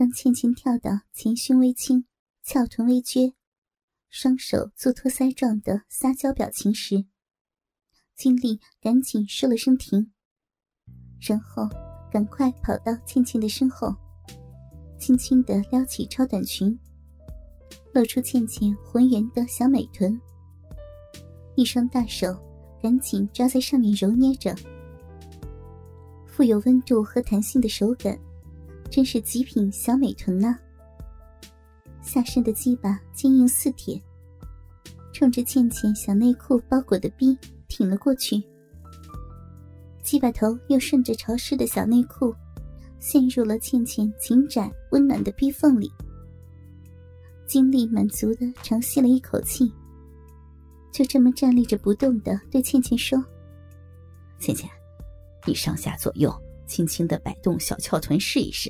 当倩倩跳到前胸微倾，翘臀微撅，双手做托腮状的撒娇表情时，经历赶紧说了声停，然后赶快跑到倩倩的身后，轻轻地撩起超短裙，露出倩倩浑圆的小美臀，一双大手赶紧抓在上面揉捏着，富有温度和弹性的手感真是极品小美臀啊。下身的鸡巴坚硬似铁，冲着倩倩小内裤包裹的逼挺了过去，鸡巴头又顺着潮湿的小内裤陷入了倩倩紧窄温暖的逼缝里，精力满足地长吸了一口气，就这么站立着不动地对倩倩说： 倩倩，你上下左右轻轻地摆动小翘臀试一试。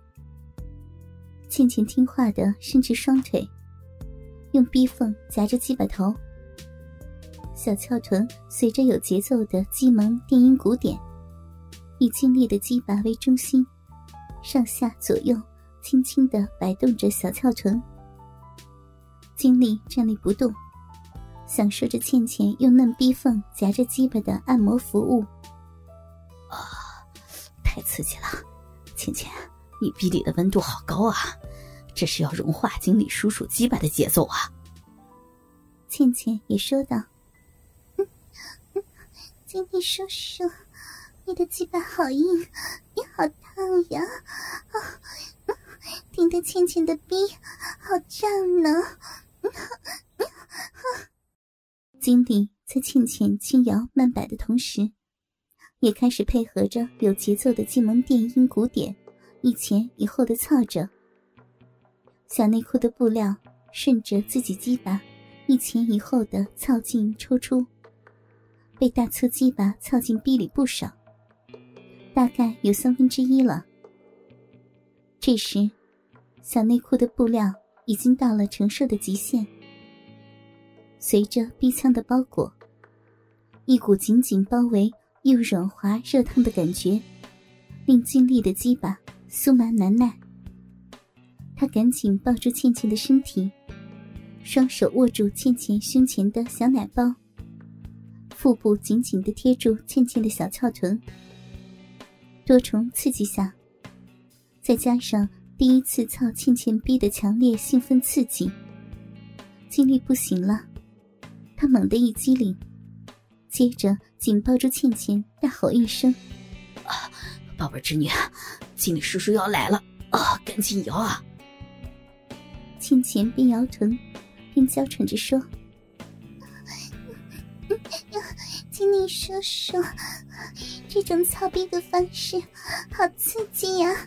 倩倩听话地伸直双腿，用逼缝夹着鸡巴头，小翘臀随着有节奏的鸡萌电音鼓点，以精力的鸡巴为中心，上下左右轻轻地摆动着小翘臀。精力站立不动，享受着倩倩用嫩逼缝夹着鸡巴的按摩服务。 太刺激了，倩倩，你逼里的温度好高啊，这是要融化经理叔叔鸡巴的节奏啊。 倩倩也说道：经理叔叔，你的鸡巴好硬也好烫呀，顶得倩倩的逼好胀呢。经理在倩倩轻摇慢摆的同时，也开始配合着有节奏的鸡萌电音鼓点一前一后的操着，小内裤的布料顺着自己鸡巴一前一后的操进抽出，被大粗鸡巴操进逼里不少，大概有1/3了。这时小内裤的布料已经到了承受的极限，随着逼腔的包裹，一股紧紧包围又软滑热烫的感觉令经历的鸡巴酥麻难耐。他赶紧抱住倩倩的身体，双手握住倩倩胸前的小奶包，腹部紧紧地贴住倩倩的小翘臀。多重刺激下，再加上第一次操倩倩逼的强烈兴奋刺激，经历不行了，他猛地一激灵，接着紧抱住倩倩，大吼一声： 宝贝儿侄女，经理叔叔要来了啊，赶紧摇啊！ 倩倩边摇臀边娇喘着说：经理叔叔，这种操逼的方式好刺激呀！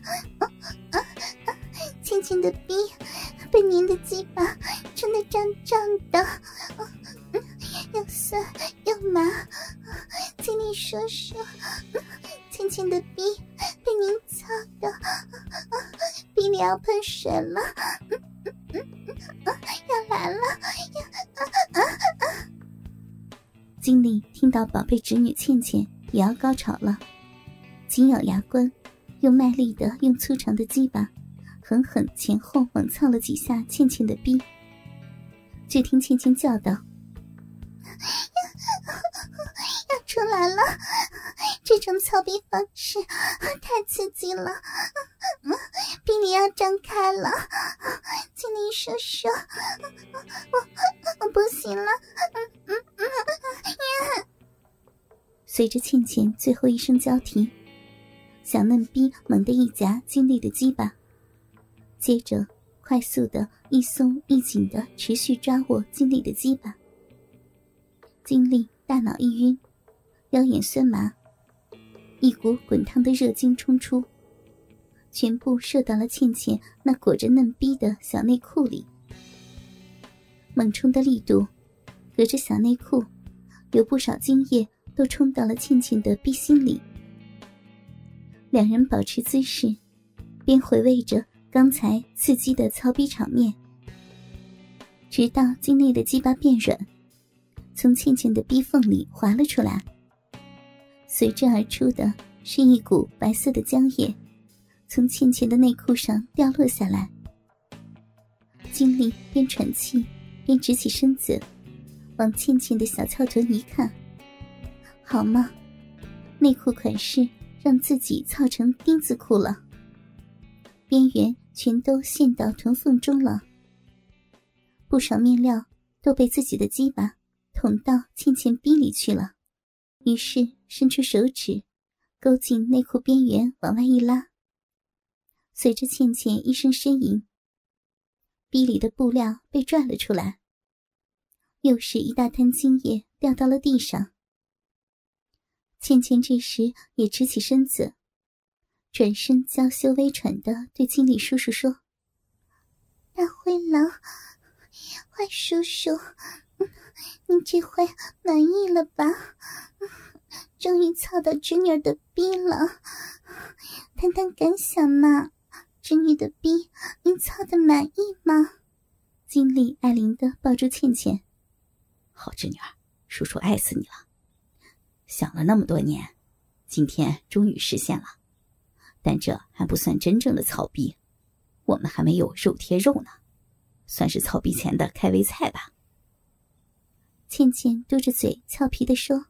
倩倩的逼被您的鸡巴撑得胀胀的，又酸又麻。经理叔叔，倩倩的逼被您操的逼里要喷水了，要来了！经理听到宝贝侄女倩倩也要高潮了，紧咬牙关，又卖力地用粗长的鸡巴狠狠前后猛操了几下倩倩的逼。就听倩倩叫道：要出来了，这种操逼方式太刺激了，逼里要张开了，经理叔叔，我不行了。随着倩倩最后一声娇啼，小嫩逼猛地一夹经历的鸡巴，接着快速的一松一紧的持续抓握经历的鸡巴。经历大脑一晕，腰眼酸麻，一股滚烫的热精冲出，全部射到了倩倩那裹着嫩逼的小内裤里。猛冲的力度，隔着小内裤，有不少精液都冲到了倩倩的逼心里。两人保持姿势，边回味着刚才刺激的操逼场面，直到经历的鸡巴变软，从倩倩的逼缝里滑了出来，随之而出的是一股白色的浆液， 从倩倩的内裤上掉落下来。经理边喘气边直起身子，往倩倩的小翘臀一看，好嘛，内裤款式让自己操成丁字裤了，边缘全都陷到臀缝中了，不少面料都被自己的鸡巴捅到倩倩逼里去了。于是伸出手指勾进内裤边缘往外一拉，随着倩倩一声呻吟，逼里的布料被拽了出来，又是一大滩精液掉到了地上。倩倩这时也直起身子，转身娇羞微喘地对经理叔叔说：大灰狼，坏叔叔，你这回满意了吧？终于操到侄女儿的逼了，谈谈感想嘛，侄女的逼你操得满意吗？经理爱怜地抱住倩倩， 好侄女儿，叔叔爱死你了，想了那么多年，今天终于实现了，但这还不算真正的操逼，我们还没有肉贴肉呢，算是操逼前的开胃菜吧。 倩倩嘟着嘴俏皮地说：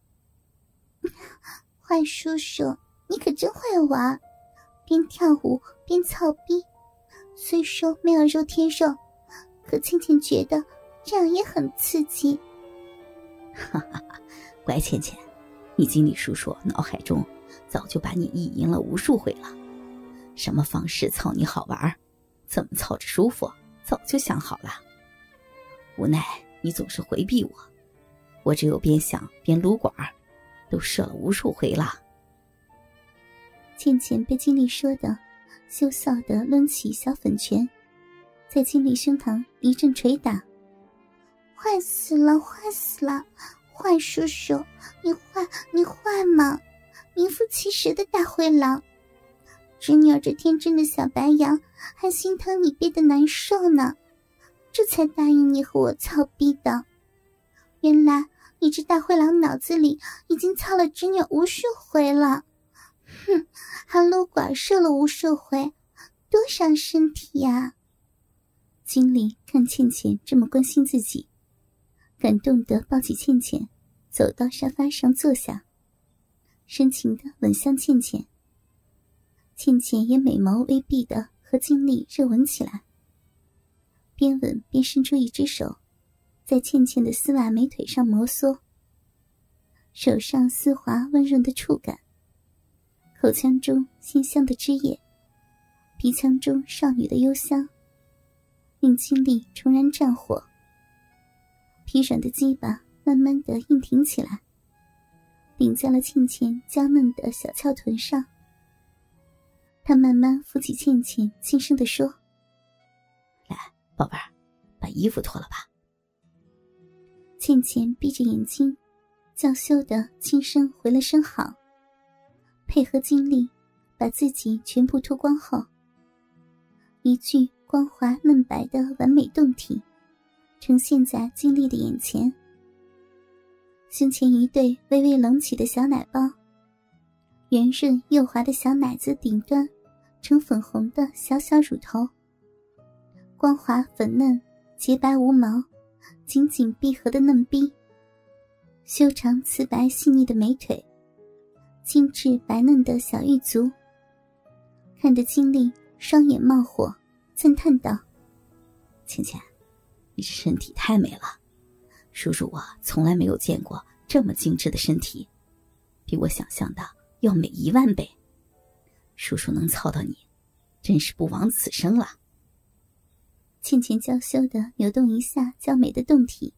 坏叔叔，你可真会玩，边跳舞边操逼，虽说没有肉贴肉，可倩倩觉得这样也很刺激。 哈哈哈，乖倩倩，你经理叔叔脑海中早就把你意淫了无数回了，什么方式操你好玩，怎么操着舒服，早就想好了。无奈你总是回避我只有边想边撸管，都射了无数回了。 倩倩被经理说的羞臊地抡起小粉拳，在经理胸膛一阵捶打。坏死了，坏死了，坏叔叔，你坏吗？名副其实的大灰狼。侄女儿这天真的小白羊还心疼你憋得难受呢，这才答应你和我操逼的。原来你这大灰狼脑子里已经操了侄女无数回了，哼，还撸管射了无数回，多伤身体呀。经理看倩倩这么关心自己，感动地抱起倩倩，走到沙发上坐下，深情地吻向倩倩。倩倩也美眸微闭地和经理热吻起来，边吻边伸出一只手在倩倩的丝袜美腿上摩挲，手上丝滑温润的触感，口腔中鲜香的汁液，鼻腔中少女的幽香，令经历重燃战火。疲软的鸡巴慢慢地硬挺起来，顶在了倩倩娇嫩的小翘臀上。他慢慢扶起倩倩，轻声地说： 来，宝贝儿，把衣服脱了吧。 倩倩闭着眼睛，娇羞地轻声回了声好，配合经历把自己全部脱光后，一具光滑嫩白的完美胴体呈现在经历的眼前。胸前一对微微隆起的小奶包，圆润幼滑的小奶子顶端呈粉红的小小乳头，光滑粉嫩洁白无毛紧紧闭合的嫩逼，修长瓷白细腻的美腿，精致白嫩的小玉足，看得经历双眼冒火，赞叹道： 倩倩，你这身体太美了，叔叔我从来没有见过这么精致的身体，比我想象的要美10000倍，叔叔能操到你，真是不枉此生了。 倩倩娇羞地扭动一下娇美的胴体。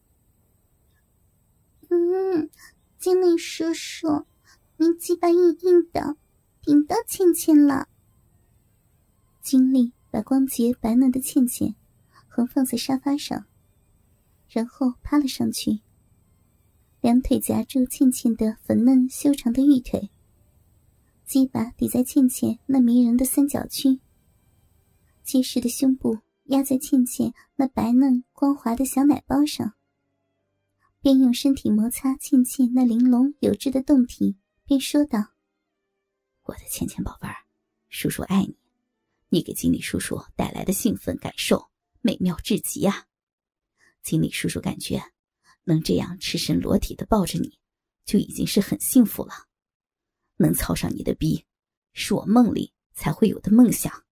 经理叔叔，您鸡巴硬硬的，顶到倩倩了。经理把光洁白嫩的倩倩横放在沙发上，然后趴了上去，两腿夹住倩倩的粉嫩修长的玉腿，鸡巴抵在倩倩那迷人的三角区，结实的胸部压在倩倩那白嫩光滑的小奶包上，边用身体摩擦倩倩那玲珑有致的胴体，边说道： 我的倩倩宝贝儿，叔叔爱你， 你给经理叔叔带来的兴奋感受美妙至极啊！经理叔叔感觉能这样赤身裸体的抱着你，就已经是很幸福了。能操上你的逼，是我梦里才会有的梦想。